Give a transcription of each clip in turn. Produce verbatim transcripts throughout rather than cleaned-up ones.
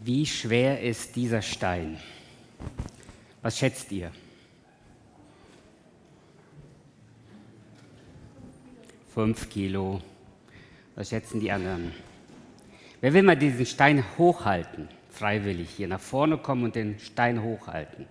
Wie schwer ist dieser Stein? Was schätzt ihr? Fünf Kilo. Was schätzen die anderen? Wer will mal diesen Stein hochhalten? Freiwillig hier nach vorne kommen und den Stein hochhalten.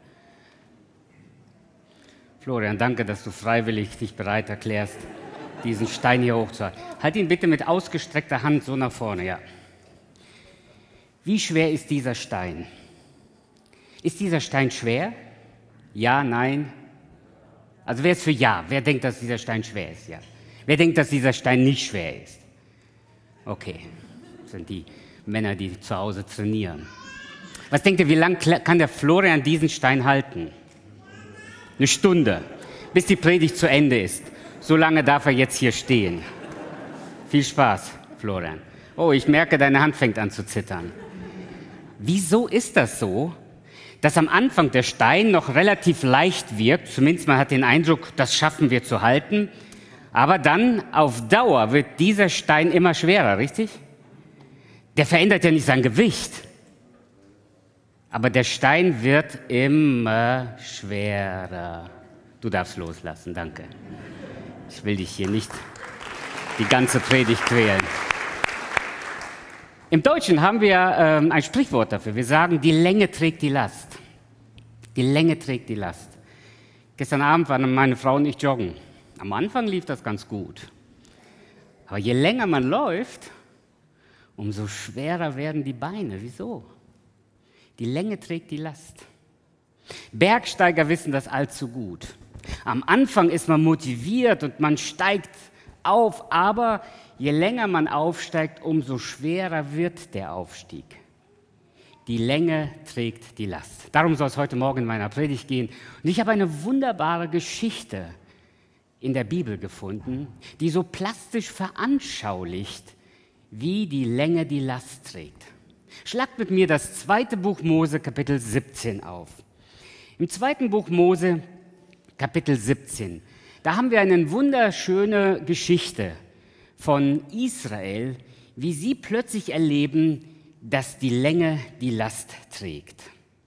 Florian, danke, dass du freiwillig dich bereit erklärst, diesen Stein hier hochzuhalten. Halt ihn bitte mit ausgestreckter Hand so nach vorne, ja. Wie schwer ist dieser Stein? Ist dieser Stein schwer? Ja, nein? Also wer ist für Ja? Wer denkt, dass dieser Stein schwer ist? Ja. Wer denkt, dass dieser Stein nicht schwer ist? Okay, das sind die Männer, die zu Hause trainieren. Was denkt ihr, wie lange kann der Florian diesen Stein halten? Eine Stunde, bis die Predigt zu Ende ist. So lange darf er jetzt hier stehen. Viel Spaß, Florian. Oh, ich merke, deine Hand fängt an zu zittern. Wieso ist das so, dass am Anfang der Stein noch relativ leicht wirkt? Zumindest man hat den Eindruck, das schaffen wir zu halten. Aber dann auf Dauer wird dieser Stein immer schwerer, richtig? Der verändert ja nicht sein Gewicht. Aber der Stein wird immer schwerer. Du darfst loslassen, danke. Ich will dich hier nicht die ganze Predigt quälen. Im Deutschen haben wir ähm, ein Sprichwort dafür. Wir sagen, die Länge trägt die Last. Die Länge trägt die Last. Gestern Abend waren meine Frau und ich joggen. Am Anfang lief das ganz gut. Aber je länger man läuft, umso schwerer werden die Beine. Wieso? Die Länge trägt die Last. Bergsteiger wissen das allzu gut. Am Anfang ist man motiviert und man steigt auf, aber je länger man aufsteigt, umso schwerer wird der Aufstieg. Die Länge trägt die Last. Darum soll es heute Morgen in meiner Predigt gehen. Und ich habe eine wunderbare Geschichte in der Bibel gefunden, die so plastisch veranschaulicht, wie die Länge die Last trägt. Schlagt mit mir das zweite Buch Mose, Kapitel siebzehn auf. Im zweiten Buch Mose, Kapitel siebzehn, da haben wir eine wunderschöne Geschichte von Israel, wie sie plötzlich erleben, dass die Länge die Last trägt.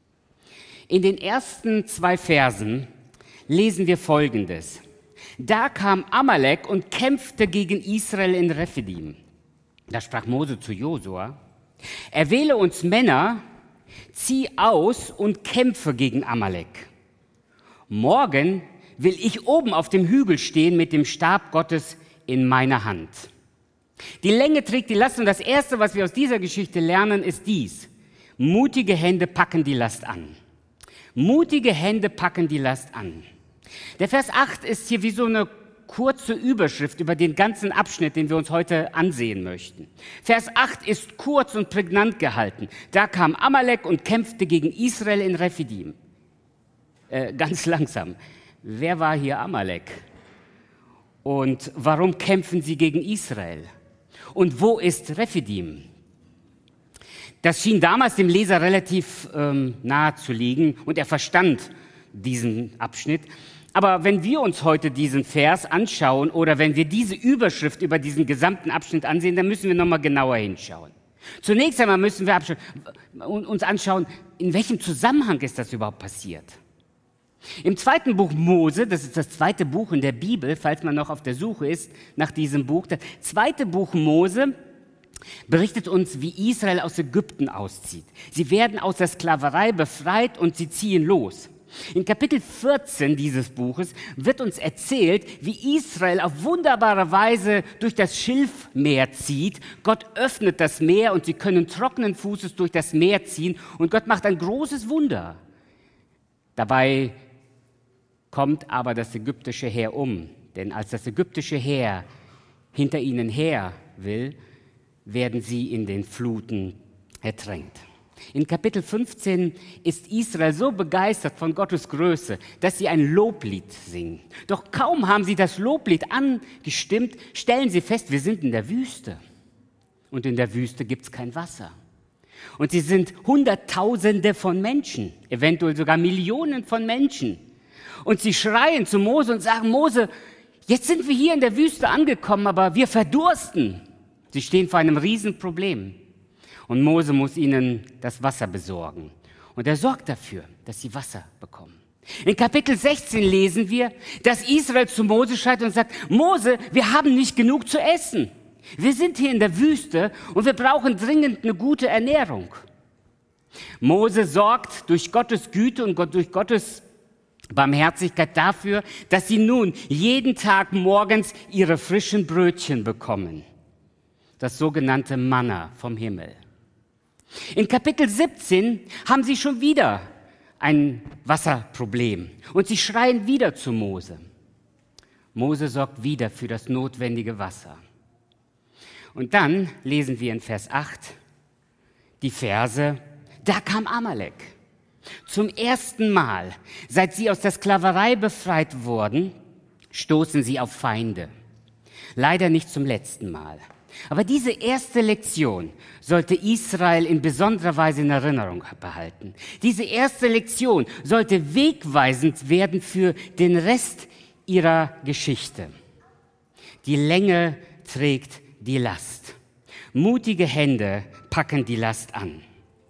In den ersten zwei Versen lesen wir Folgendes. Da kam Amalek und kämpfte gegen Israel in Rephidim. Da sprach Mose zu Josua: Erwähle uns Männer, zieh aus und kämpfe gegen Amalek. Morgen will ich oben auf dem Hügel stehen mit dem Stab Gottes in meiner Hand. Die Länge trägt die Last und das Erste, was wir aus dieser Geschichte lernen, ist dies. Mutige Hände packen die Last an. Mutige Hände packen die Last an. Der Vers acht ist hier wie so eine kurze Überschrift über den ganzen Abschnitt, den wir uns heute ansehen möchten. Vers acht ist kurz und prägnant gehalten. Da kam Amalek und kämpfte gegen Israel in Rephidim. Äh, ganz langsam. Wer war hier Amalek? Und warum kämpfen sie gegen Israel? Und wo ist Rephidim? Das schien damals dem Leser relativ ähm, nahe zu liegen und er verstand diesen Abschnitt. Aber wenn wir uns heute diesen Vers anschauen oder wenn wir diese Überschrift über diesen gesamten Abschnitt ansehen, dann müssen wir nochmal genauer hinschauen. Zunächst einmal müssen wir uns anschauen, in welchem Zusammenhang ist das überhaupt passiert. Im zweiten Buch Mose, das ist das zweite Buch in der Bibel, falls man noch auf der Suche ist nach diesem Buch, das zweite Buch Mose berichtet uns, wie Israel aus Ägypten auszieht. Sie werden aus der Sklaverei befreit und sie ziehen los. In Kapitel vierzehn dieses Buches wird uns erzählt, wie Israel auf wunderbare Weise durch das Schilfmeer zieht. Gott öffnet das Meer und sie können trockenen Fußes durch das Meer ziehen und Gott macht ein großes Wunder. Dabei kommt aber das ägyptische Heer um, denn als das ägyptische Heer hinter ihnen her will, werden sie in den Fluten ertränkt. In Kapitel fünfzehn ist Israel so begeistert von Gottes Größe, dass sie ein Loblied singen. Doch kaum haben sie das Loblied angestimmt, stellen sie fest, wir sind in der Wüste. Und in der Wüste gibt es kein Wasser. Und sie sind Hunderttausende von Menschen, eventuell sogar Millionen von Menschen. Und sie schreien zu Mose und sagen, Mose, jetzt sind wir hier in der Wüste angekommen, aber wir verdursten. Sie stehen vor einem Riesenproblem. Und Mose muss ihnen das Wasser besorgen. Und er sorgt dafür, dass sie Wasser bekommen. In Kapitel sechzehn lesen wir, dass Israel zu Mose schreit und sagt, Mose, wir haben nicht genug zu essen. Wir sind hier in der Wüste und wir brauchen dringend eine gute Ernährung. Mose sorgt durch Gottes Güte und durch Gottes Barmherzigkeit dafür, dass sie nun jeden Tag morgens ihre frischen Brötchen bekommen. Das sogenannte Manna vom Himmel. In Kapitel siebzehn haben sie schon wieder ein Wasserproblem und sie schreien wieder zu Mose. Mose sorgt wieder für das notwendige Wasser. Und dann lesen wir in Vers acht die Verse, da kam Amalek. Zum ersten Mal, seit sie aus der Sklaverei befreit wurden, stoßen sie auf Feinde. Leider nicht zum letzten Mal. Aber diese erste Lektion sollte Israel in besonderer Weise in Erinnerung behalten. Diese erste Lektion sollte wegweisend werden für den Rest ihrer Geschichte. Die Länge trägt die Last. Mutige Hände packen die Last an.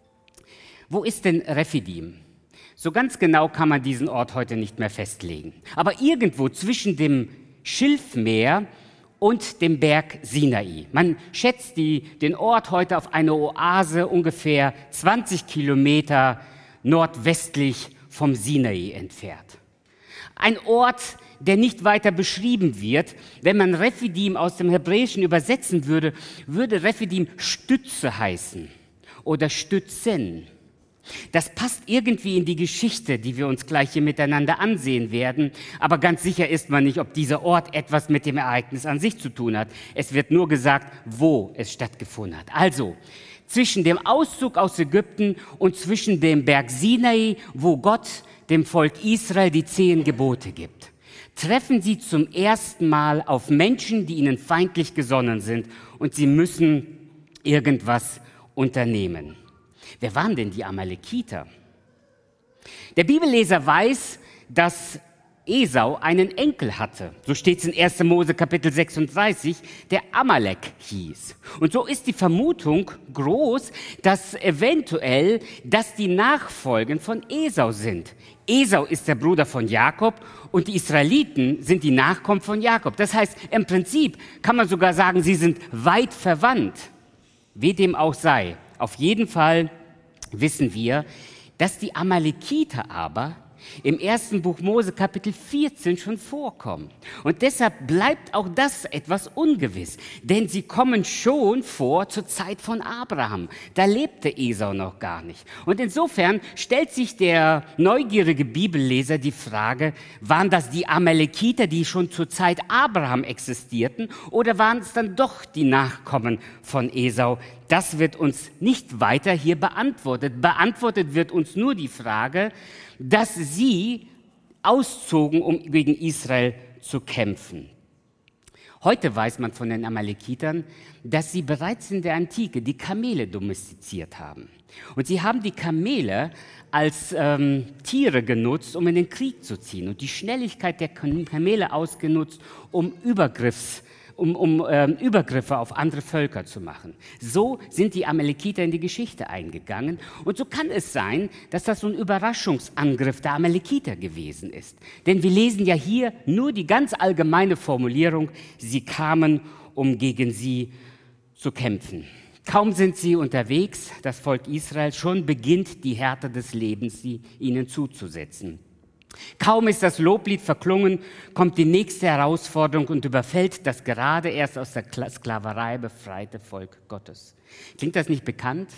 Wo ist denn Rephidim? So ganz genau kann man diesen Ort heute nicht mehr festlegen. Aber irgendwo zwischen dem Schilfmeer und dem Berg Sinai. Man schätzt die, den Ort heute auf eine Oase ungefähr zwanzig Kilometer nordwestlich vom Sinai entfernt. Ein Ort, der nicht weiter beschrieben wird. Wenn man Rephidim aus dem Hebräischen übersetzen würde, würde Rephidim Stütze heißen oder Stützen. Das passt irgendwie in die Geschichte, die wir uns gleich hier miteinander ansehen werden. Aber ganz sicher ist man nicht, ob dieser Ort etwas mit dem Ereignis an sich zu tun hat. Es wird nur gesagt, wo es stattgefunden hat. Also zwischen dem Auszug aus Ägypten und zwischen dem Berg Sinai, wo Gott dem Volk Israel die zehn Gebote gibt, treffen sie zum ersten Mal auf Menschen, die ihnen feindlich gesonnen sind. Und sie müssen irgendwas unternehmen. Wer waren denn die Amalekiter? Der Bibelleser weiß, dass Esau einen Enkel hatte. So steht es in erster Mose Kapitel sechsunddreißig, der Amalek hieß. Und so ist die Vermutung groß, dass eventuell das die Nachfolgen von Esau sind. Esau ist der Bruder von Jakob und die Israeliten sind die Nachkommen von Jakob. Das heißt, im Prinzip kann man sogar sagen, sie sind weit verwandt. Wie dem auch sei. Auf jeden Fall wissen wir, dass die Amalekiter aber im ersten Buch Mose Kapitel vierzehn schon vorkommen. Und deshalb bleibt auch das etwas ungewiss, denn sie kommen schon vor zur Zeit von Abraham. Da lebte Esau noch gar nicht. Und insofern stellt sich der neugierige Bibelleser die Frage, waren das die Amalekiter, die schon zur Zeit Abraham existierten, oder waren es dann doch die Nachkommen von Esau? Das wird uns nicht weiter hier beantwortet. Beantwortet wird uns nur die Frage, dass sie auszogen, um gegen Israel zu kämpfen. Heute weiß man von den Amalekitern, dass sie bereits in der Antike die Kamele domestiziert haben. Und sie haben die Kamele als ähm, Tiere genutzt, um in den Krieg zu ziehen und die Schnelligkeit der Kamele ausgenutzt, um Übergriffs um, um ähm, Übergriffe auf andere Völker zu machen. So sind die Amalekiter in die Geschichte eingegangen. Und so kann es sein, dass das so ein Überraschungsangriff der Amalekiter gewesen ist. Denn wir lesen ja hier nur die ganz allgemeine Formulierung, sie kamen, um gegen sie zu kämpfen. Kaum sind sie unterwegs, das Volk Israel, schon beginnt die Härte des Lebens, sie ihnen zuzusetzen. Kaum ist das Loblied verklungen, kommt die nächste Herausforderung und überfällt das gerade erst aus der Sklaverei befreite Volk Gottes. Klingt das nicht bekannt?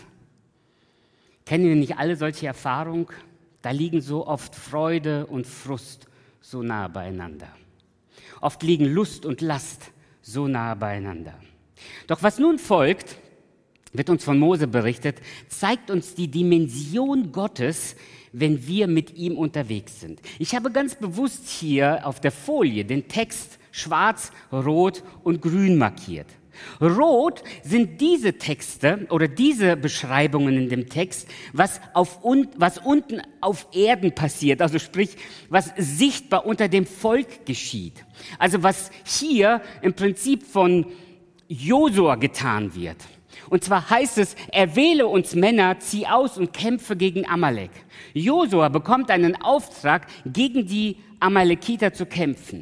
Kennen wir nicht alle solche Erfahrungen? Da liegen so oft Freude und Frust so nah beieinander. Oft liegen Lust und Last so nah beieinander. Doch was nun folgt, wird uns von Mose berichtet, zeigt uns die Dimension Gottes, wenn wir mit ihm unterwegs sind. Ich habe ganz bewusst hier auf der Folie den Text schwarz, rot und grün markiert. Rot sind diese Texte oder diese Beschreibungen in dem Text, was, auf un, was unten auf Erden passiert, also sprich, was sichtbar unter dem Volk geschieht. Also was hier im Prinzip von Josua getan wird. Und zwar heißt es, erwähle uns Männer, zieh aus und kämpfe gegen Amalek. Josua bekommt einen Auftrag, gegen die Amalekiter zu kämpfen.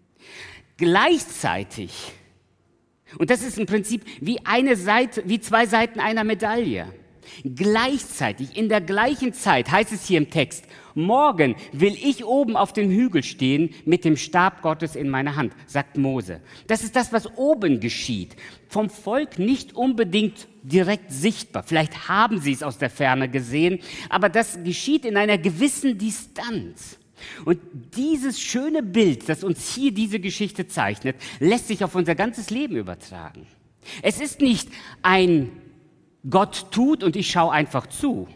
Gleichzeitig, und das ist im Prinzip wie eine Seite, wie zwei Seiten einer Medaille. Gleichzeitig, in der gleichen Zeit, heißt es hier im Text, morgen will ich oben auf dem Hügel stehen mit dem Stab Gottes in meiner Hand, sagt Mose. Das ist das, was oben geschieht. Vom Volk nicht unbedingt direkt sichtbar. Vielleicht haben sie es aus der Ferne gesehen, aber das geschieht in einer gewissen Distanz. Und dieses schöne Bild, das uns hier diese Geschichte zeichnet, lässt sich auf unser ganzes Leben übertragen. Es ist nicht ein Gott tut und ich schaue einfach zu.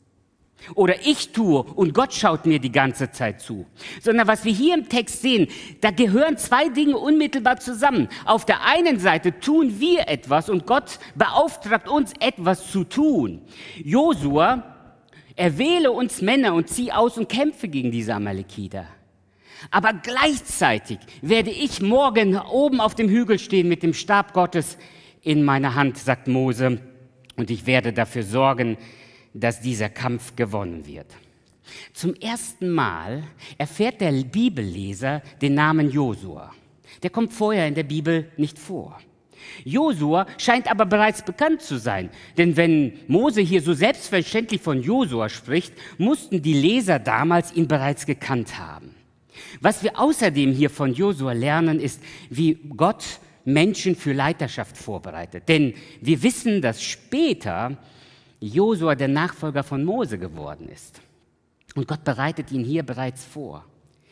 Oder ich tue und Gott schaut mir die ganze Zeit zu. Sondern was wir hier im Text sehen, da gehören zwei Dinge unmittelbar zusammen. Auf der einen Seite tun wir etwas und Gott beauftragt uns, etwas zu tun. Josua, erwähle uns Männer und zieh aus und kämpfe gegen diese Amalekiter. Aber gleichzeitig werde ich morgen oben auf dem Hügel stehen mit dem Stab Gottes in meiner Hand, sagt Mose, und ich werde dafür sorgen, dass dieser Kampf gewonnen wird. Zum ersten Mal erfährt der Bibelleser den Namen Josua. Der kommt vorher in der Bibel nicht vor. Josua scheint aber bereits bekannt zu sein, denn wenn Mose hier so selbstverständlich von Josua spricht, mussten die Leser damals ihn bereits gekannt haben. Was wir außerdem hier von Josua lernen, ist, wie Gott Menschen für Leiterschaft vorbereitet. Denn wir wissen, dass später Josua der Nachfolger von Mose geworden ist. Und Gott bereitet ihn hier bereits vor.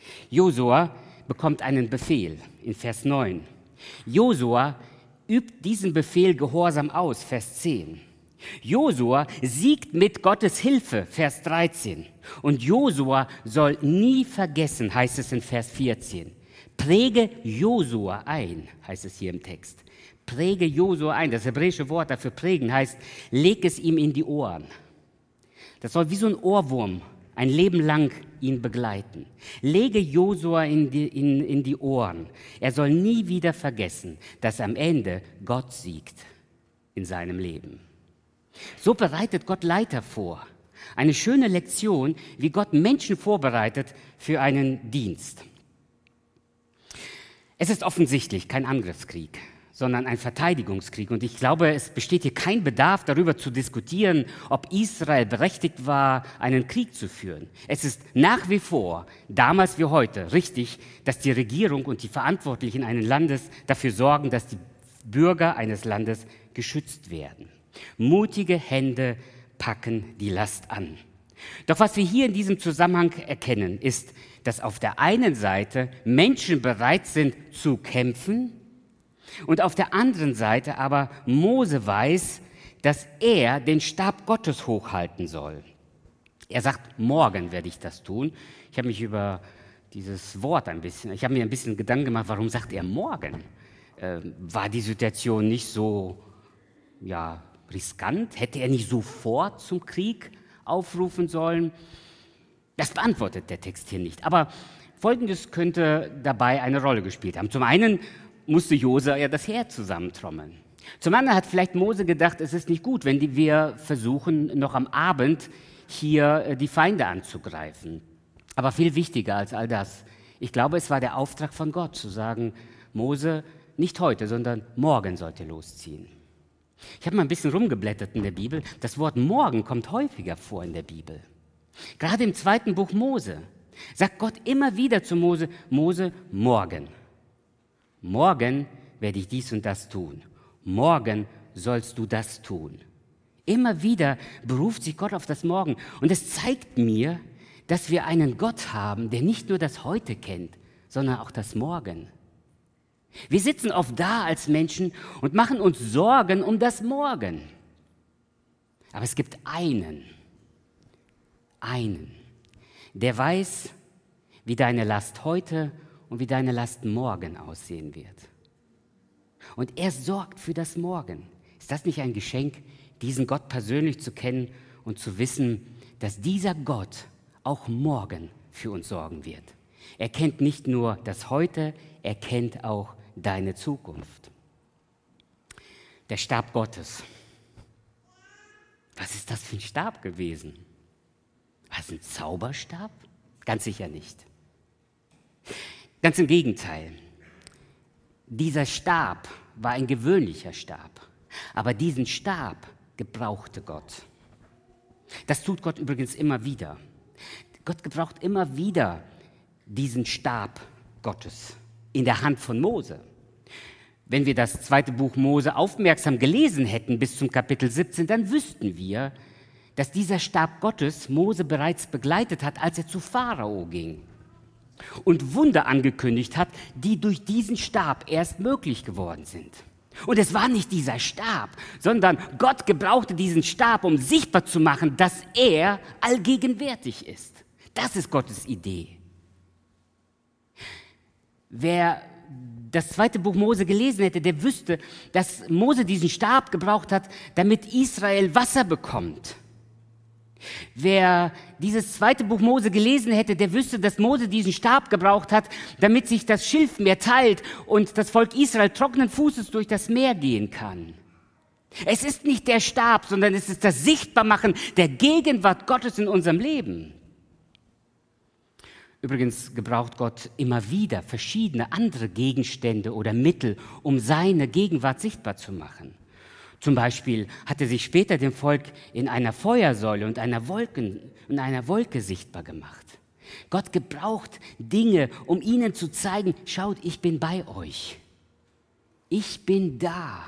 Josua bekommt einen Befehl in Vers neun. Josua übt diesen Befehl gehorsam aus, Vers zehn. Josua siegt mit Gottes Hilfe, Vers dreizehn. Und Josua soll nie vergessen, heißt es in Vers vierzehn. Präge Josua ein, heißt es hier im Text. Präge Josua ein. Das hebräische Wort dafür prägen heißt, leg es ihm in die Ohren. Das soll wie so ein Ohrwurm ein Leben lang ihn begleiten. Lege Josua in die, in, in die Ohren. Er soll nie wieder vergessen, dass am Ende Gott siegt in seinem Leben. So bereitet Gott Leiter vor. Eine schöne Lektion, wie Gott Menschen vorbereitet für einen Dienst. Es ist offensichtlich kein Angriffskrieg, sondern ein Verteidigungskrieg. Und ich glaube, es besteht hier kein Bedarf, darüber zu diskutieren, ob Israel berechtigt war, einen Krieg zu führen. Es ist nach wie vor, damals wie heute, richtig, dass die Regierung und die Verantwortlichen eines Landes dafür sorgen, dass die Bürger eines Landes geschützt werden. Mutige Hände packen die Last an. Doch was wir hier in diesem Zusammenhang erkennen, ist, dass auf der einen Seite Menschen bereit sind zu kämpfen und auf der anderen Seite aber Mose weiß, dass er den Stab Gottes hochhalten soll. Er sagt, morgen werde ich das tun. Ich habe mich über dieses Wort ein bisschen, ich habe mir ein bisschen Gedanken gemacht, warum sagt er morgen? Äh, war die Situation nicht so, ja, riskant? Hätte er nicht sofort zum Krieg aufrufen sollen? Das beantwortet der Text hier nicht. Aber Folgendes könnte dabei eine Rolle gespielt haben. Zum einen musste Josua ja das Heer zusammentrommeln. Zum anderen hat vielleicht Mose gedacht, es ist nicht gut, wenn die, wir versuchen, noch am Abend hier die Feinde anzugreifen. Aber viel wichtiger als all das, ich glaube, es war der Auftrag von Gott, zu sagen, Mose, nicht heute, sondern morgen sollt ihr losziehen. Ich habe mal ein bisschen rumgeblättert in der Bibel. Das Wort morgen kommt häufiger vor in der Bibel. Gerade im zweiten Buch Mose sagt Gott immer wieder zu Mose, Mose, morgen. Morgen werde ich dies und das tun. Morgen sollst du das tun. Immer wieder beruft sich Gott auf das Morgen. Und es zeigt mir, dass wir einen Gott haben, der nicht nur das Heute kennt, sondern auch das Morgen. Wir sitzen oft da als Menschen und machen uns Sorgen um das Morgen. Aber es gibt einen, einen, der weiß, wie deine Last heute und wie deine Last morgen aussehen wird. Und er sorgt für das Morgen. Ist das nicht ein Geschenk, diesen Gott persönlich zu kennen und zu wissen, dass dieser Gott auch morgen für uns sorgen wird? Er kennt nicht nur das Heute, er kennt auch deine Zukunft. Der Stab Gottes. Was ist das für ein Stab gewesen? War es ein Zauberstab? Ganz sicher nicht. Ganz im Gegenteil. Dieser Stab war ein gewöhnlicher Stab, aber diesen Stab gebrauchte Gott. Das tut Gott übrigens immer wieder. Gott gebraucht immer wieder diesen Stab Gottes in der Hand von Mose. Wenn wir das zweite Buch Mose aufmerksam gelesen hätten bis zum Kapitel siebzehn, dann wüssten wir, dass dieser Stab Gottes Mose bereits begleitet hat, als er zu Pharao ging und Wunder angekündigt hat, die durch diesen Stab erst möglich geworden sind. Und es war nicht dieser Stab, sondern Gott gebrauchte diesen Stab, um sichtbar zu machen, dass er allgegenwärtig ist. Das ist Gottes Idee. Wer das zweite Buch Mose gelesen hätte, der wüsste, dass Mose diesen Stab gebraucht hat, damit Israel Wasser bekommt. Wer dieses zweite Buch Mose gelesen hätte, der wüsste, dass Mose diesen Stab gebraucht hat, damit sich das Schilfmeer teilt und das Volk Israel trockenen Fußes durch das Meer gehen kann. Es ist nicht der Stab, sondern es ist das Sichtbarmachen der Gegenwart Gottes in unserem Leben. Übrigens gebraucht Gott immer wieder verschiedene andere Gegenstände oder Mittel, um seine Gegenwart sichtbar zu machen. Zum Beispiel hat er sich später dem Volk in einer Feuersäule und einer Wolken, in einer Wolke sichtbar gemacht. Gott gebraucht Dinge, um ihnen zu zeigen, schaut, ich bin bei euch. Ich bin da.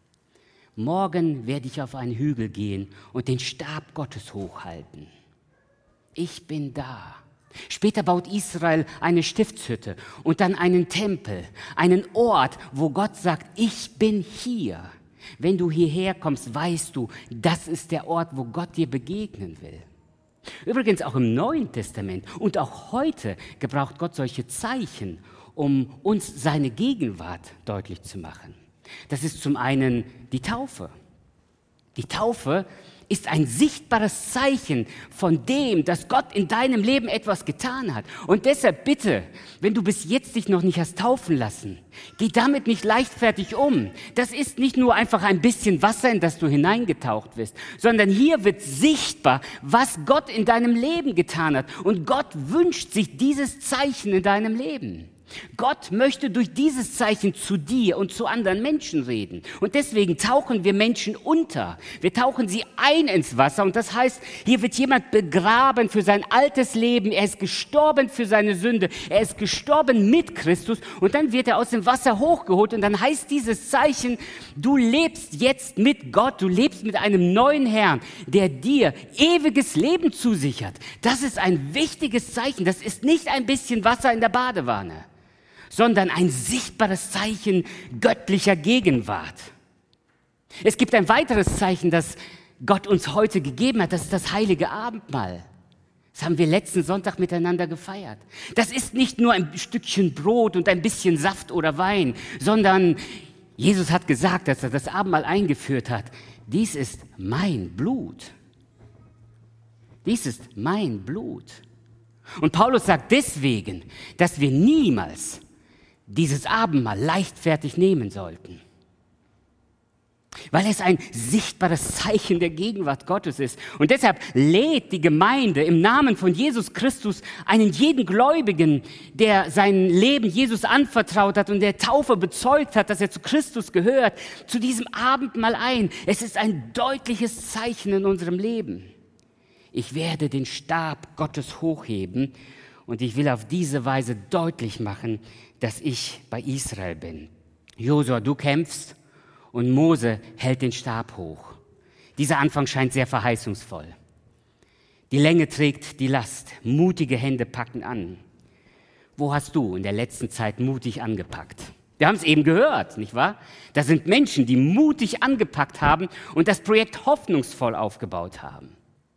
Morgen werde ich auf einen Hügel gehen und den Stab Gottes hochhalten. Ich bin da. Später baut Israel eine Stiftshütte und dann einen Tempel, einen Ort, wo Gott sagt, ich bin hier. Wenn du hierher kommst, weißt du, das ist der Ort, wo Gott dir begegnen will. Übrigens auch im Neuen Testament und auch heute gebraucht Gott solche Zeichen, um uns seine Gegenwart deutlich zu machen. Das ist zum einen die Taufe. Die Taufe ist ein sichtbares Zeichen von dem, dass Gott in deinem Leben etwas getan hat. Und deshalb bitte, wenn du bis jetzt dich noch nicht hast taufen lassen, geh damit nicht leichtfertig um. Das ist nicht nur einfach ein bisschen Wasser, in das du hineingetaucht wirst, sondern hier wird sichtbar, was Gott in deinem Leben getan hat. Und Gott wünscht sich dieses Zeichen in deinem Leben. Gott möchte durch dieses Zeichen zu dir und zu anderen Menschen reden. Und deswegen tauchen wir Menschen unter. Wir tauchen sie ein ins Wasser. Und das heißt, hier wird jemand begraben für sein altes Leben. Er ist gestorben für seine Sünde. Er ist gestorben mit Christus. Und dann wird er aus dem Wasser hochgeholt. Und dann heißt dieses Zeichen, du lebst jetzt mit Gott. Du lebst mit einem neuen Herrn, der dir ewiges Leben zusichert. Das ist ein wichtiges Zeichen. Das ist nicht ein bisschen Wasser in der Badewanne, sondern ein sichtbares Zeichen göttlicher Gegenwart. Es gibt ein weiteres Zeichen, das Gott uns heute gegeben hat, das ist das heilige Abendmahl. Das haben wir letzten Sonntag miteinander gefeiert. Das ist nicht nur ein Stückchen Brot und ein bisschen Saft oder Wein, sondern Jesus hat gesagt, dass er das Abendmahl eingeführt hat. Dies ist mein Blut. Dies ist mein Blut. Und Paulus sagt deswegen, dass wir niemals dieses Abendmahl leichtfertig nehmen sollten, weil es ein sichtbares Zeichen der Gegenwart Gottes ist. Und deshalb lädt die Gemeinde im Namen von Jesus Christus einen jeden Gläubigen, der sein Leben Jesus anvertraut hat und der Taufe bezeugt hat, dass er zu Christus gehört, zu diesem Abendmahl ein. Es ist ein deutliches Zeichen in unserem Leben. Ich werde den Stab Gottes hochheben und ich will auf diese Weise deutlich machen, dass ich bei Israel bin. Josua, du kämpfst und Mose hält den Stab hoch. Dieser Anfang scheint sehr verheißungsvoll. Die Länge trägt die Last, mutige Hände packen an. Wo hast du in der letzten Zeit mutig angepackt? Wir haben es eben gehört, nicht wahr? Das sind Menschen, die mutig angepackt haben und das Projekt hoffnungsvoll aufgebaut haben.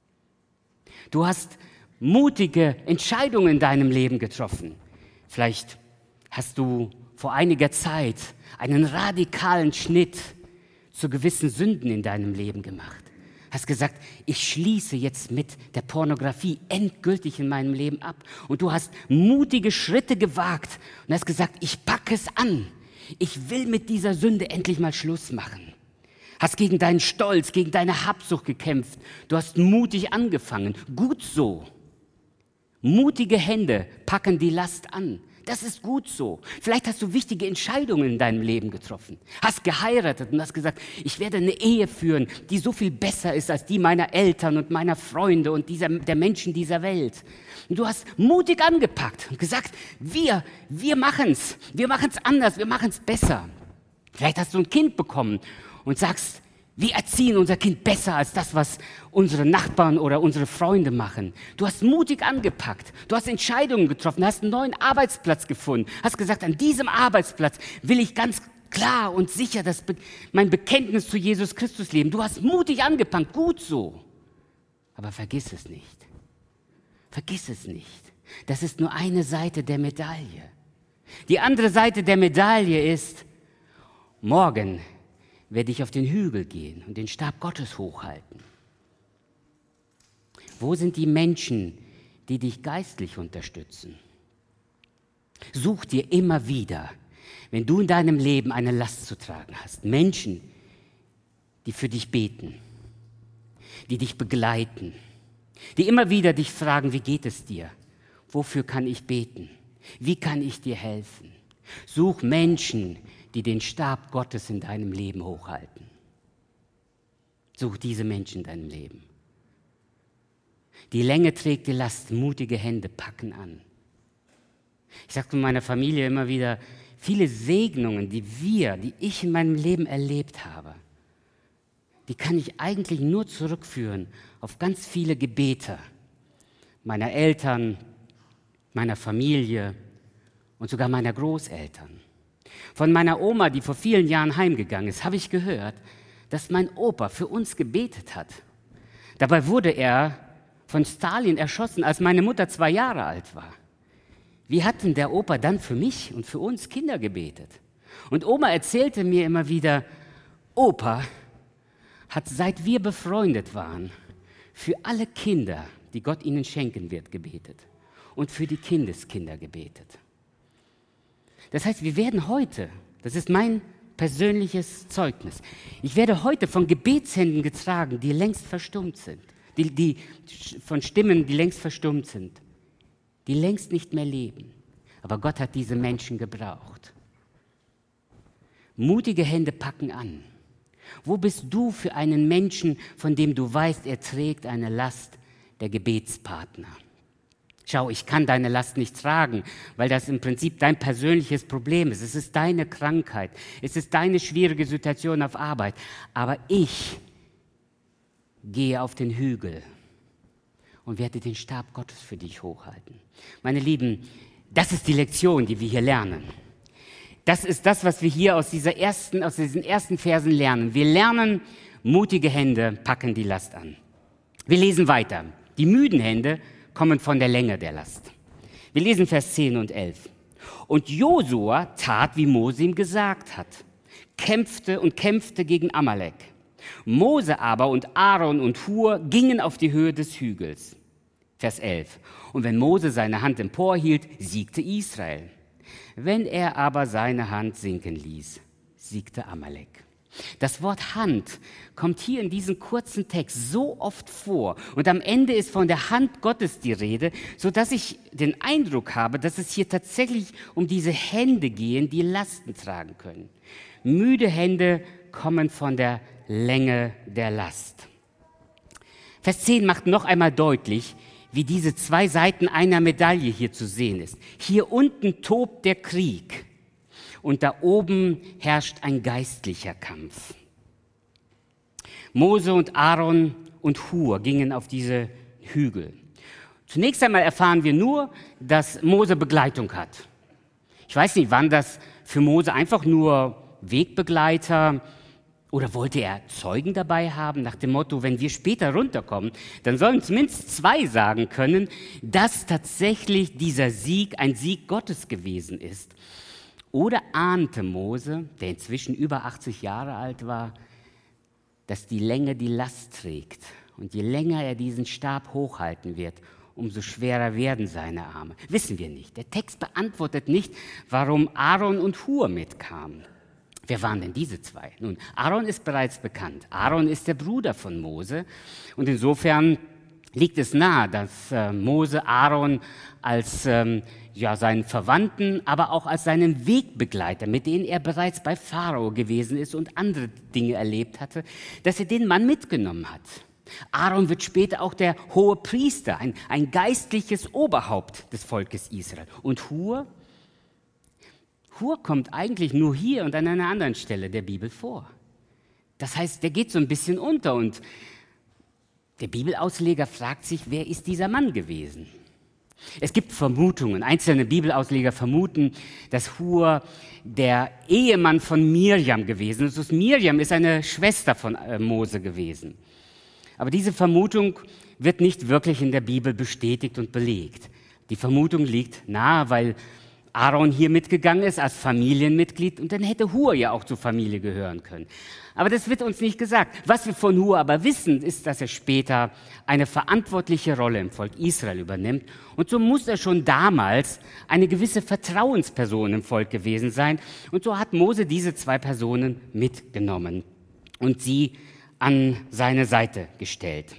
Du hast mutige Entscheidungen in deinem Leben getroffen. Vielleicht hast du vor einiger Zeit einen radikalen Schnitt zu gewissen Sünden in deinem Leben gemacht. Hast gesagt, ich schließe jetzt mit der Pornografie endgültig in meinem Leben ab. Und du hast mutige Schritte gewagt und hast gesagt, ich packe es an. Ich will mit dieser Sünde endlich mal Schluss machen. Hast gegen deinen Stolz, gegen deine Habsucht gekämpft. Du hast mutig angefangen. Gut so. Mutige Hände packen die Last an. Das ist gut so. Vielleicht hast du wichtige Entscheidungen in deinem Leben getroffen. Hast geheiratet und hast gesagt, ich werde eine Ehe führen, die so viel besser ist als die meiner Eltern und meiner Freunde und dieser, der Menschen dieser Welt. Und du hast mutig angepackt und gesagt, wir, wir machen's. Wir machen's anders, wir machen's besser. Vielleicht hast du ein Kind bekommen und sagst, wir erziehen unser Kind besser als das, was unsere Nachbarn oder unsere Freunde machen. Du hast mutig angepackt, du hast Entscheidungen getroffen, hast einen neuen Arbeitsplatz gefunden, hast gesagt, an diesem Arbeitsplatz will ich ganz klar und sicher das Be- mein Bekenntnis zu Jesus Christus leben. Du hast mutig angepackt, gut so. Aber vergiss es nicht. Vergiss es nicht. Das ist nur eine Seite der Medaille. Die andere Seite der Medaille ist, morgen werde ich auf den Hügel gehen und den Stab Gottes hochhalten. Wo sind die Menschen, die dich geistlich unterstützen? Such dir immer wieder, wenn du in deinem Leben eine Last zu tragen hast, Menschen, die für dich beten, die dich begleiten, die immer wieder dich fragen, wie geht es dir? Wofür kann ich beten? Wie kann ich dir helfen? Such Menschen, die den Stab Gottes in deinem Leben hochhalten. Such diese Menschen in deinem Leben. Die Länge trägt die Last, mutige Hände packen an. Ich sage zu meiner Familie immer wieder, viele Segnungen, die wir, die ich in meinem Leben erlebt habe, die kann ich eigentlich nur zurückführen auf ganz viele Gebete meiner Eltern, meiner Familie und sogar meiner Großeltern. Von meiner Oma, die vor vielen Jahren heimgegangen ist, habe ich gehört, dass mein Opa für uns gebetet hat. Dabei wurde er von Stalin erschossen, als meine Mutter zwei Jahre alt war. Wie hat denn der Opa dann für mich und für uns Kinder gebetet? Und Oma erzählte mir immer wieder, Opa hat, seit wir befreundet waren, für alle Kinder, die Gott ihnen schenken wird, gebetet und für die Kindeskinder gebetet. Das heißt, wir werden heute, das ist mein persönliches Zeugnis, ich werde heute von Gebetshänden getragen, die längst verstummt sind, die, die, von Stimmen, die längst verstummt sind, die längst nicht mehr leben. Aber Gott hat diese Menschen gebraucht. Mutige Hände packen an. Wo bist du für einen Menschen, von dem du weißt, er trägt eine Last, der Gebetspartner? Schau, ich kann deine Last nicht tragen, weil das im Prinzip dein persönliches Problem ist. Es ist deine Krankheit, es ist deine schwierige Situation auf Arbeit. Aber ich gehe auf den Hügel und werde den Stab Gottes für dich hochhalten. Meine Lieben, das ist die Lektion, die wir hier lernen. Das ist das, was wir hier aus, dieser ersten, aus diesen ersten Versen lernen. Wir lernen, mutige Hände packen die Last an. Wir lesen weiter. Die müden Hände kommen von der Länge der Last. Wir lesen Vers zehn und elf. Und Josua tat, wie Mose ihm gesagt hat, kämpfte und kämpfte gegen Amalek. Mose aber und Aaron und Hur gingen auf die Höhe des Hügels. Vers elf. Und wenn Mose seine Hand emporhielt, siegte Israel. Wenn er aber seine Hand sinken ließ, siegte Amalek. Das Wort Hand kommt hier in diesem kurzen Text so oft vor und am Ende ist von der Hand Gottes die Rede, sodass ich den Eindruck habe, dass es hier tatsächlich um diese Hände gehen, die Lasten tragen können. Müde Hände kommen von der Länge der Last. Vers zehn macht noch einmal deutlich, wie diese zwei Seiten einer Medaille hier zu sehen ist. Hier unten tobt der Krieg. Und da oben herrscht ein geistlicher Kampf. Mose und Aaron und Hur gingen auf diese Hügel. Zunächst einmal erfahren wir nur, dass Mose Begleitung hat. Ich weiß nicht, waren das für Mose einfach nur Wegbegleiter oder wollte er Zeugen dabei haben, nach dem Motto, wenn wir später runterkommen, dann sollen zumindest zwei sagen können, dass tatsächlich dieser Sieg ein Sieg Gottes gewesen ist. Oder ahnte Mose, der inzwischen über achtzig Jahre alt war, dass die Länge die Last trägt. Und je länger er diesen Stab hochhalten wird, umso schwerer werden seine Arme. Wissen wir nicht. Der Text beantwortet nicht, warum Aaron und Hur mitkamen. Wer waren denn diese zwei? Nun, Aaron ist bereits bekannt. Aaron ist der Bruder von Mose und insofern liegt es nahe, dass äh, Mose Aaron als ähm, ja, seinen Verwandten, aber auch als seinen Wegbegleiter, mit denen er bereits bei Pharao gewesen ist und andere Dinge erlebt hatte, dass er den Mann mitgenommen hat. Aaron wird später auch der hohe Priester, ein, ein geistliches Oberhaupt des Volkes Israel. Und Hur? Hur kommt eigentlich nur hier und an einer anderen Stelle der Bibel vor. Das heißt, der geht so ein bisschen unter und der Bibelausleger fragt sich, wer ist dieser Mann gewesen? Es gibt Vermutungen. Einzelne Bibelausleger vermuten, dass Hur der Ehemann von Mirjam gewesen ist. Also Mirjam ist eine Schwester von Mose gewesen. Aber diese Vermutung wird nicht wirklich in der Bibel bestätigt und belegt. Die Vermutung liegt nahe, weil Aaron hier mitgegangen ist als Familienmitglied und dann hätte Hur ja auch zur Familie gehören können. Aber das wird uns nicht gesagt. Was wir von Hur aber wissen, ist, dass er später eine verantwortliche Rolle im Volk Israel übernimmt. Und so muss er schon damals eine gewisse Vertrauensperson im Volk gewesen sein. Und so hat Mose diese zwei Personen mitgenommen und sie an seine Seite gestellt.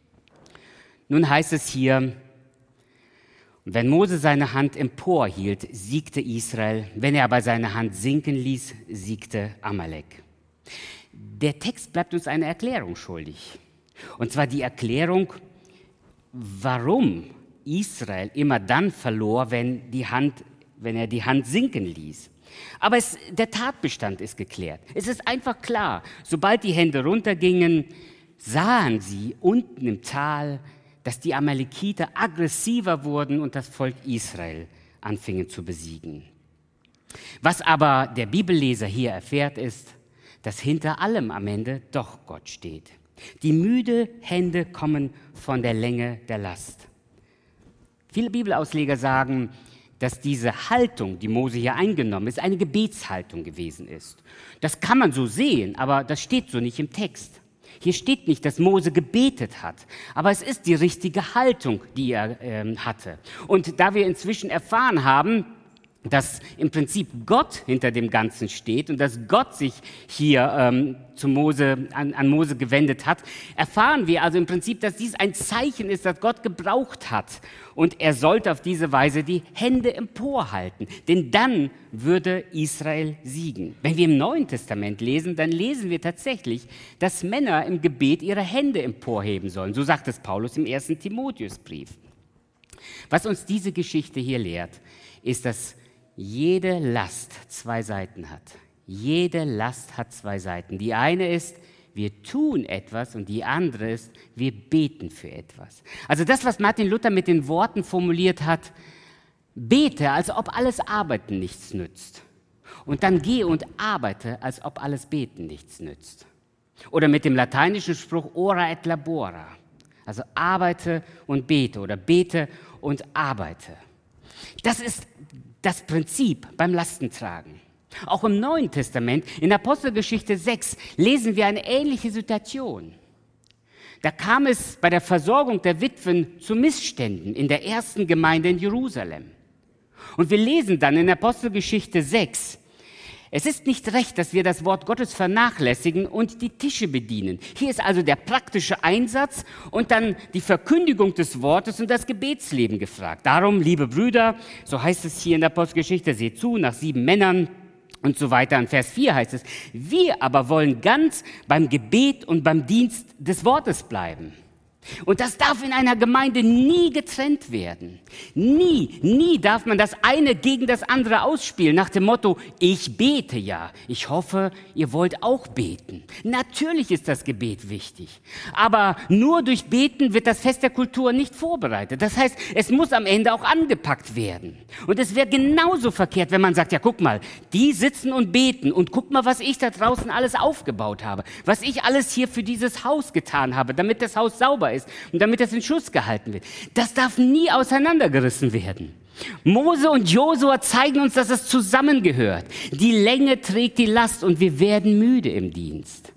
Nun heißt es hier, wenn Mose seine Hand emporhielt, siegte Israel. Wenn er aber seine Hand sinken ließ, siegte Amalek. Der Text bleibt uns eine Erklärung schuldig. Und zwar die Erklärung, warum Israel immer dann verlor, wenn, die Hand, wenn er die Hand sinken ließ. Aber es, der Tatbestand ist geklärt. Es ist einfach klar, sobald die Hände runtergingen, sahen sie unten im Tal, dass die Amalekiter aggressiver wurden und das Volk Israel anfingen zu besiegen. Was aber der Bibelleser hier erfährt, ist, dass hinter allem am Ende doch Gott steht. Die müde Hände kommen von der Länge der Last. Viele Bibelausleger sagen, dass diese Haltung, die Mose hier eingenommen ist, eine Gebetshaltung gewesen ist. Das kann man so sehen, aber das steht so nicht im Text. Hier steht nicht, dass Mose gebetet hat, aber es ist die richtige Haltung, die er äh, hatte. Und da wir inzwischen erfahren haben, dass im Prinzip Gott hinter dem Ganzen steht und dass Gott sich hier ähm, zu Mose, an, an Mose gewendet hat, erfahren wir also im Prinzip, dass dies ein Zeichen ist, das Gott gebraucht hat. Und er sollte auf diese Weise die Hände emporhalten, denn dann würde Israel siegen. Wenn wir im Neuen Testament lesen, dann lesen wir tatsächlich, dass Männer im Gebet ihre Hände emporheben sollen. So sagt es Paulus im ersten Timotheusbrief. Was uns diese Geschichte hier lehrt, ist, dass jede Last zwei Seiten hat. Jede Last hat zwei Seiten. Die eine ist, wir tun etwas und die andere ist, wir beten für etwas. Also das, was Martin Luther mit den Worten formuliert hat, bete, als ob alles Arbeiten nichts nützt. Und dann gehe und arbeite, als ob alles Beten nichts nützt. Oder mit dem lateinischen Spruch ora et labora. Also arbeite und bete oder bete und arbeite. Das ist das Prinzip beim Lastentragen. Auch im Neuen Testament, in Apostelgeschichte sechs, lesen wir eine ähnliche Situation. Da kam es bei der Versorgung der Witwen zu Missständen in der ersten Gemeinde in Jerusalem. Und wir lesen dann in Apostelgeschichte sechs, es ist nicht recht, dass wir das Wort Gottes vernachlässigen und die Tische bedienen. Hier ist also der praktische Einsatz und dann die Verkündigung des Wortes und das Gebetsleben gefragt. Darum, liebe Brüder, so heißt es hier in der Apostelgeschichte, seht zu, nach sieben Männern und so weiter. In Vers vier heißt es, wir aber wollen ganz beim Gebet und beim Dienst des Wortes bleiben. Und das darf in einer Gemeinde nie getrennt werden. Nie, nie darf man das eine gegen das andere ausspielen, nach dem Motto, ich bete ja, ich hoffe, ihr wollt auch beten. Natürlich ist das Gebet wichtig, aber nur durch Beten wird das Fest der Kultur nicht vorbereitet. Das heißt, es muss am Ende auch angepackt werden. Und es wäre genauso verkehrt, wenn man sagt, ja guck mal, die sitzen und beten und guck mal, was ich da draußen alles aufgebaut habe, was ich alles hier für dieses Haus getan habe, damit das Haus sauber ist. Ist und damit das in Schuss gehalten wird. Das darf nie auseinandergerissen werden. Mose und Josua zeigen uns, dass es zusammengehört. Die Länge trägt die Last und wir werden müde im Dienst.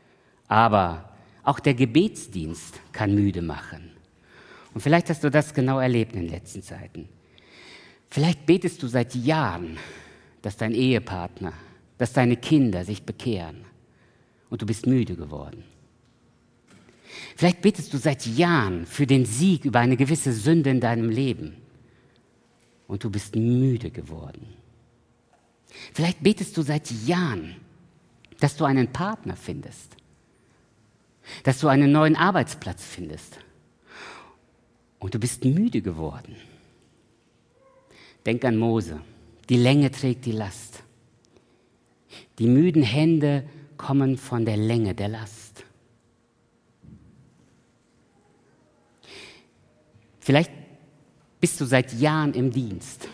Aber auch der Gebetsdienst kann müde machen. Und vielleicht hast du das genau erlebt in den letzten Zeiten. Vielleicht betest du seit Jahren, dass dein Ehepartner, dass deine Kinder sich bekehren und du bist müde geworden. Vielleicht betest du seit Jahren für den Sieg über eine gewisse Sünde in deinem Leben und du bist müde geworden. Vielleicht betest du seit Jahren, dass du einen Partner findest, dass du einen neuen Arbeitsplatz findest und du bist müde geworden. Denk an Mose, die Länge trägt die Last. Die müden Hände kommen von der Länge der Last. Vielleicht bist du seit Jahren im Dienst,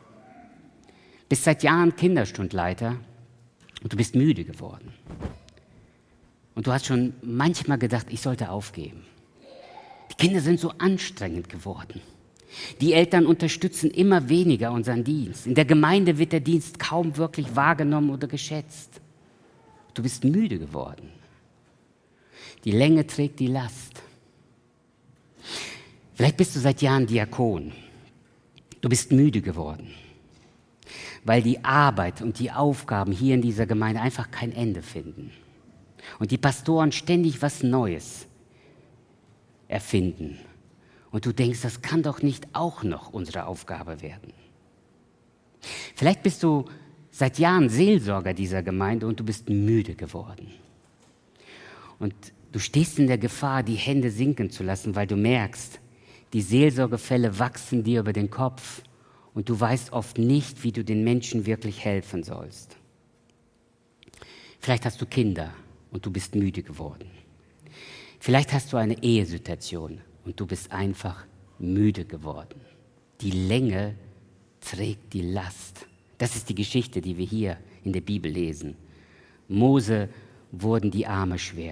bist seit Jahren Kinderstundleiter und du bist müde geworden. Und du hast schon manchmal gedacht, ich sollte aufgeben. Die Kinder sind so anstrengend geworden. Die Eltern unterstützen immer weniger unseren Dienst. In der Gemeinde wird der Dienst kaum wirklich wahrgenommen oder geschätzt. Du bist müde geworden. Die Länge trägt die Last. Vielleicht bist du seit Jahren Diakon. Du bist müde geworden, weil die Arbeit und die Aufgaben hier in dieser Gemeinde einfach kein Ende finden. Und die Pastoren ständig was Neues erfinden. Und du denkst, das kann doch nicht auch noch unsere Aufgabe werden. Vielleicht bist du seit Jahren Seelsorger dieser Gemeinde und du bist müde geworden. Und du stehst in der Gefahr, die Hände sinken zu lassen, weil du merkst, die Seelsorgefälle wachsen dir über den Kopf und du weißt oft nicht, wie du den Menschen wirklich helfen sollst. Vielleicht hast du Kinder und du bist müde geworden. Vielleicht hast du eine Ehesituation und du bist einfach müde geworden. Die Länge trägt die Last. Das ist die Geschichte, die wir hier in der Bibel lesen. Mose wurden die Arme schwer.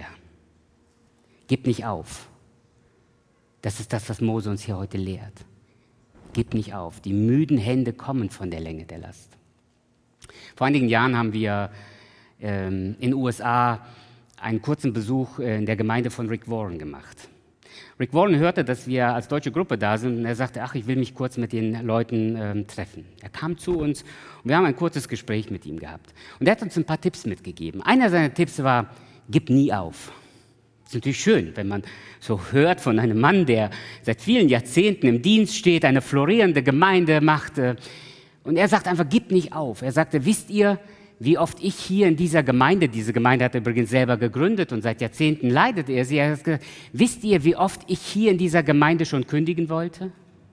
Gib nicht auf. Das ist das, was Mose uns hier heute lehrt. Gib nicht auf. Die müden Hände kommen von der Länge der Last. Vor einigen Jahren haben wir ähm, in den U S A einen kurzen Besuch in der Gemeinde von Rick Warren gemacht. Rick Warren hörte, dass wir als deutsche Gruppe da sind und er sagte, ach, ich will mich kurz mit den Leuten ähm, treffen. Er kam zu uns und wir haben ein kurzes Gespräch mit ihm gehabt. Und er hat uns ein paar Tipps mitgegeben. Einer seiner Tipps war, gib nie auf. Das ist natürlich schön, wenn man so hört von einem Mann, der seit vielen Jahrzehnten im Dienst steht, eine florierende Gemeinde machte. Und er sagt einfach, gib nicht auf. Er sagte, wisst ihr, wie oft ich hier in dieser Gemeinde, diese Gemeinde hat er übrigens selber gegründet und seit Jahrzehnten leidet er sie. Er hat gesagt, wisst ihr, wie oft ich hier in dieser Gemeinde schon kündigen wollte?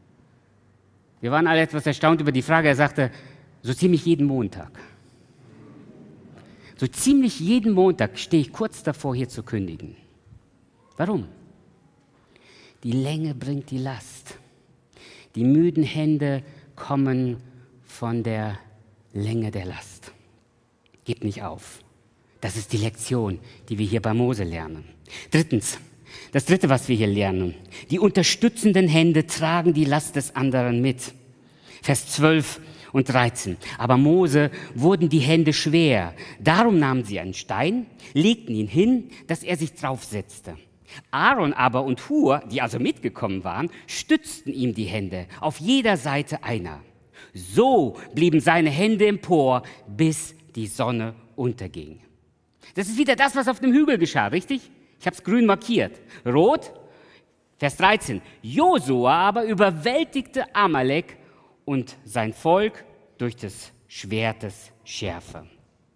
Wir waren alle etwas erstaunt über die Frage. Er sagte, so ziemlich jeden Montag. So ziemlich jeden Montag stehe ich kurz davor, hier zu kündigen. Warum? Die Länge bringt die Last. Die müden Hände kommen von der Länge der Last. Gib nicht auf. Das ist die Lektion, die wir hier bei Mose lernen. Drittens, das Dritte, was wir hier lernen. Die unterstützenden Hände tragen die Last des anderen mit. Vers zwölf und dreizehn. Aber Mose wurden die Hände schwer. Darum nahmen sie einen Stein, legten ihn hin, dass er sich draufsetzte. Aaron aber und Hur, die also mitgekommen waren, stützten ihm die Hände, auf jeder Seite einer. So blieben seine Hände empor, bis die Sonne unterging. Das ist wieder das, was auf dem Hügel geschah, richtig? Ich habe es grün markiert. Rot, Vers dreizehn. Josua aber überwältigte Amalek und sein Volk durch des Schwertes Schärfe.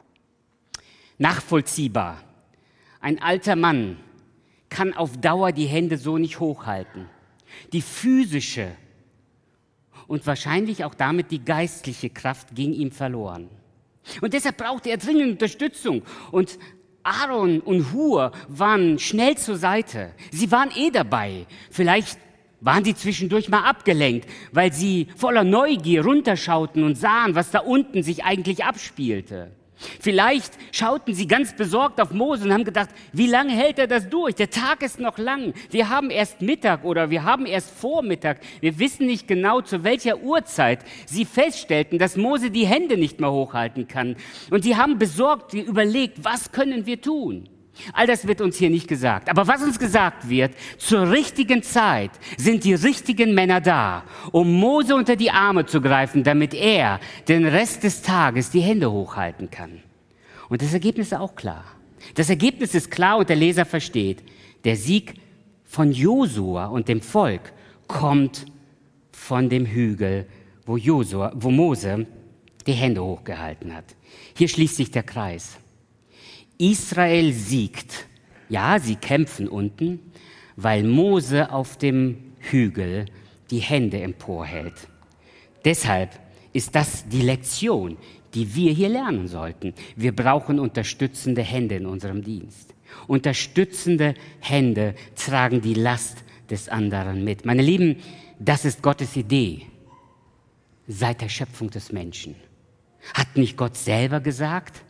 Nachvollziehbar. Ein alter Mann kann auf Dauer die Hände so nicht hochhalten. Die physische und wahrscheinlich auch damit die geistliche Kraft ging ihm verloren. Und deshalb brauchte er dringend Unterstützung. Und Aaron und Hur waren schnell zur Seite. Sie waren eh dabei. Vielleicht waren sie zwischendurch mal abgelenkt, weil sie voller Neugier runterschauten und sahen, was da unten sich eigentlich abspielte. Vielleicht schauten sie ganz besorgt auf Mose und haben gedacht, wie lange hält er das durch? Der Tag ist noch lang. Wir haben erst Mittag oder wir haben erst Vormittag. Wir wissen nicht genau, zu welcher Uhrzeit sie feststellten, dass Mose die Hände nicht mehr hochhalten kann. Und sie haben besorgt überlegt, was können wir tun? All das wird uns hier nicht gesagt. Aber was uns gesagt wird, zur richtigen Zeit sind die richtigen Männer da, um Mose unter die Arme zu greifen, damit er den Rest des Tages die Hände hochhalten kann. Und das Ergebnis ist auch klar. Das Ergebnis ist klar und der Leser versteht. Der Sieg von Josua und dem Volk kommt von dem Hügel, wo, Josua, wo Mose die Hände hochgehalten hat. Hier schließt sich der Kreis. Israel siegt. Ja, sie kämpfen unten, weil Mose auf dem Hügel die Hände emporhält. Deshalb ist das die Lektion, die wir hier lernen sollten. Wir brauchen unterstützende Hände in unserem Dienst. Unterstützende Hände tragen die Last des anderen mit. Meine Lieben, das ist Gottes Idee seit der Schöpfung des Menschen. Hat nicht Gott selber gesagt?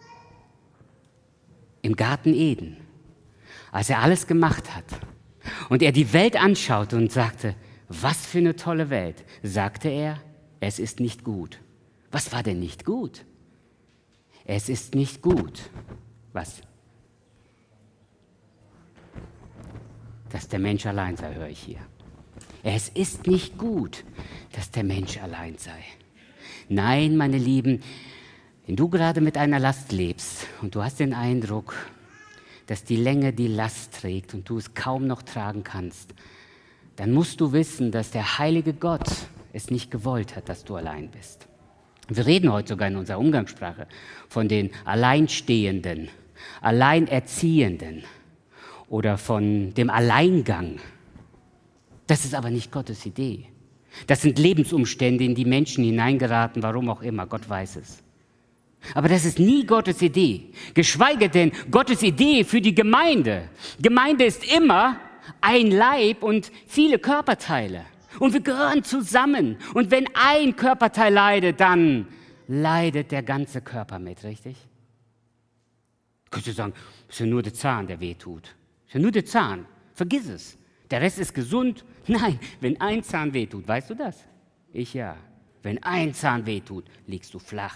Im Garten Eden, als er alles gemacht hat und er die Welt anschaute und sagte, was für eine tolle Welt, sagte er, es ist nicht gut. Was war denn nicht gut? Es ist nicht gut. Was? Dass der Mensch allein sei, höre ich hier. Es ist nicht gut, dass der Mensch allein sei. Nein, meine Lieben, wenn du gerade mit einer Last lebst und du hast den Eindruck, dass die Länge die Last trägt und du es kaum noch tragen kannst, dann musst du wissen, dass der heilige Gott es nicht gewollt hat, dass du allein bist. Wir reden heute sogar in unserer Umgangssprache von den Alleinstehenden, Alleinerziehenden oder von dem Alleingang. Das ist aber nicht Gottes Idee. Das sind Lebensumstände, in die Menschen hineingeraten, warum auch immer, Gott weiß es. Aber das ist nie Gottes Idee, geschweige denn Gottes Idee für die Gemeinde. Gemeinde ist immer ein Leib und viele Körperteile. Und wir gehören zusammen. Und wenn ein Körperteil leidet, dann leidet der ganze Körper mit, richtig? Könntest du sagen, es ist ja nur der Zahn, der weh tut. Es ist ja nur der Zahn. Vergiss es. Der Rest ist gesund. Nein, wenn ein Zahn weh tut, weißt du das? Ich ja. Wenn ein Zahn weh tut, liegst du flach.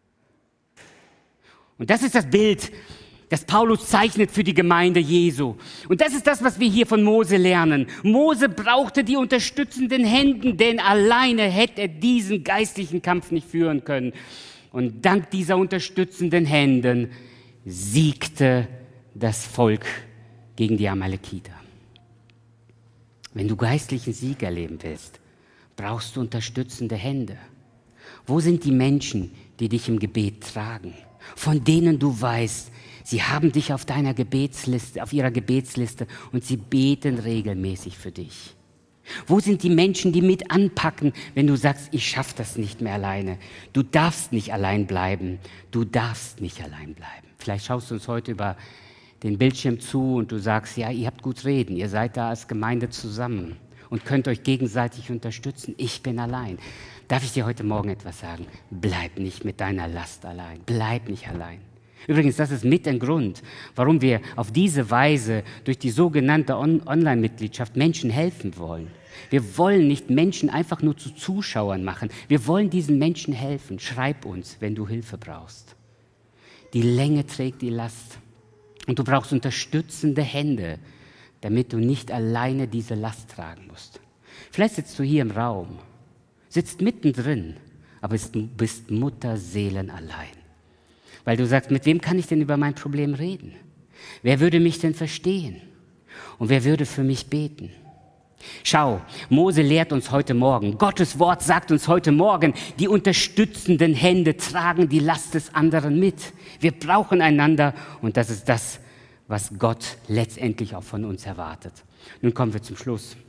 Und das ist das Bild, das Paulus zeichnet für die Gemeinde Jesu. Und das ist das, was wir hier von Mose lernen. Mose brauchte die unterstützenden Hände, denn alleine hätte er diesen geistlichen Kampf nicht führen können. Und dank dieser unterstützenden Händen siegte das Volk gegen die Amalekiter. Wenn du geistlichen Sieg erleben willst, brauchst du unterstützende Hände. Wo sind die Menschen, die dich im Gebet tragen? Von denen du weißt, sie haben dich auf deiner Gebetsliste, auf ihrer Gebetsliste und sie beten regelmäßig für dich. Wo sind die Menschen, die mit anpacken, wenn du sagst, ich schaffe das nicht mehr alleine? Du darfst nicht allein bleiben. Du darfst nicht allein bleiben. Vielleicht schaust du uns heute über den Bildschirm zu und du sagst, ja, ihr habt gut reden, ihr seid da als Gemeinde zusammen und könnt euch gegenseitig unterstützen. Ich bin allein. Darf ich dir heute Morgen etwas sagen? Bleib nicht mit deiner Last allein. Bleib nicht allein. Übrigens, das ist mit ein Grund, warum wir auf diese Weise durch die sogenannte On- Online-Mitgliedschaft Menschen helfen wollen. Wir wollen nicht Menschen einfach nur zu Zuschauern machen. Wir wollen diesen Menschen helfen. Schreib uns, wenn du Hilfe brauchst. Die Länge trägt die Last. Und du brauchst unterstützende Hände, damit du nicht alleine diese Last tragen musst. Vielleicht sitzt du hier im Raum, sitzt mittendrin, aber bist Mutterseelen allein. Weil du sagst, mit wem kann ich denn über mein Problem reden? Wer würde mich denn verstehen? Und wer würde für mich beten? Schau, Mose lehrt uns heute Morgen, Gottes Wort sagt uns heute Morgen, die unterstützenden Hände tragen die Last des anderen mit. Wir brauchen einander und das ist das, was Gott letztendlich auch von uns erwartet. Nun kommen wir zum Schluss.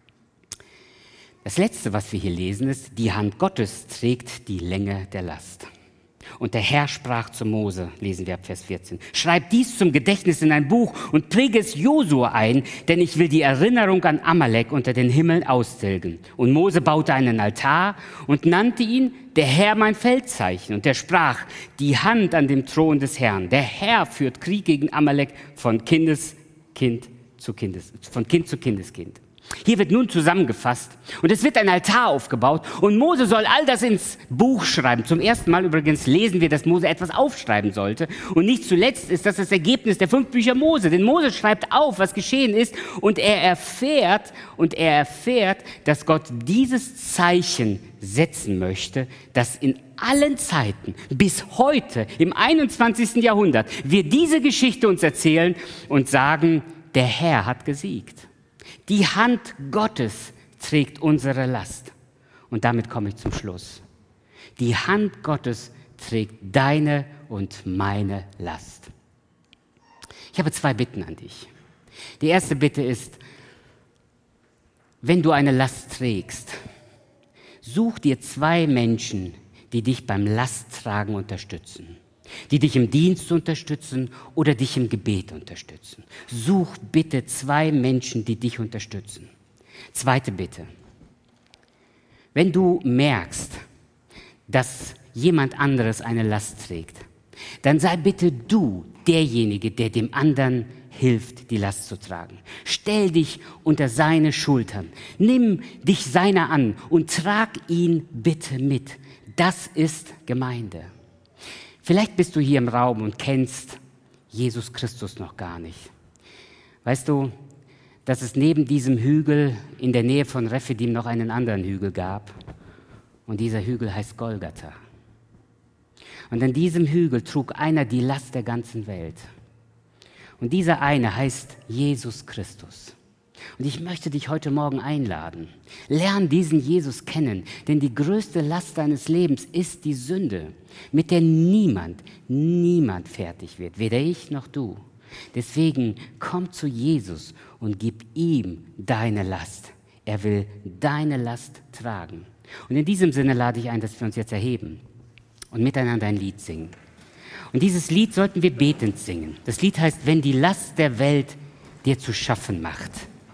Das Letzte, was wir hier lesen, ist, die Hand Gottes trägt die Länge der Last. Und der Herr sprach zu Mose, lesen wir ab Vers vierzehn, schreib dies zum Gedächtnis in ein Buch und präge es Josua ein, denn ich will die Erinnerung an Amalek unter den Himmeln austilgen. Und Mose baute einen Altar und nannte ihn der Herr mein Feldzeichen. Und er sprach, die Hand an dem Thron des Herrn. Der Herr führt Krieg gegen Amalek von Kindeskind zu Kindes, von Kind zu Kindeskind. Hier wird nun zusammengefasst und es wird ein Altar aufgebaut und Mose soll all das ins Buch schreiben. Zum ersten Mal übrigens lesen wir, dass Mose etwas aufschreiben sollte. Und nicht zuletzt ist das das Ergebnis der fünf Bücher Mose. Denn Mose schreibt auf, was geschehen ist und er erfährt, und er erfährt, dass Gott dieses Zeichen setzen möchte, dass in allen Zeiten bis heute im einundzwanzigsten Jahrhundert wir diese Geschichte uns erzählen und sagen, der Herr hat gesiegt. Die Hand Gottes trägt unsere Last. Und damit komme ich zum Schluss. Die Hand Gottes trägt deine und meine Last. Ich habe zwei Bitten an dich. Die erste Bitte ist, wenn du eine Last trägst, such dir zwei Menschen, die dich beim Lasttragen unterstützen. Die dich im Dienst unterstützen oder dich im Gebet unterstützen. Such bitte zwei Menschen, die dich unterstützen. Zweite Bitte. Wenn du merkst, dass jemand anderes eine Last trägt, dann sei bitte du derjenige, der dem anderen hilft, die Last zu tragen. Stell dich unter seine Schultern. Nimm dich seiner an und trag ihn bitte mit. Das ist Gemeinde. Vielleicht bist du hier im Raum und kennst Jesus Christus noch gar nicht. Weißt du, dass es neben diesem Hügel in der Nähe von Rephidim noch einen anderen Hügel gab? Und dieser Hügel heißt Golgatha. Und an diesem Hügel trug einer die Last der ganzen Welt. Und dieser eine heißt Jesus Christus. Und ich möchte dich heute Morgen einladen. Lern diesen Jesus kennen, denn die größte Last deines Lebens ist die Sünde, mit der niemand, niemand fertig wird, weder ich noch du. Deswegen komm zu Jesus und gib ihm deine Last. Er will deine Last tragen. Und in diesem Sinne lade ich ein, dass wir uns jetzt erheben und miteinander ein Lied singen. Und dieses Lied sollten wir betend singen. Das Lied heißt, wenn die Last der Welt dir zu schaffen macht.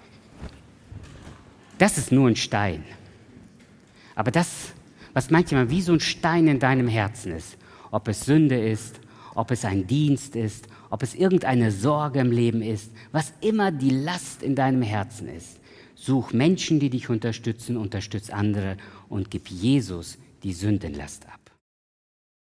Das ist nur ein Stein. Aber das, was manchmal wie so ein Stein in deinem Herzen ist, ob es Sünde ist, ob es ein Dienst ist, ob es irgendeine Sorge im Leben ist, was immer die Last in deinem Herzen ist, such Menschen, die dich unterstützen, unterstütz andere und gib Jesus die Sündenlast ab.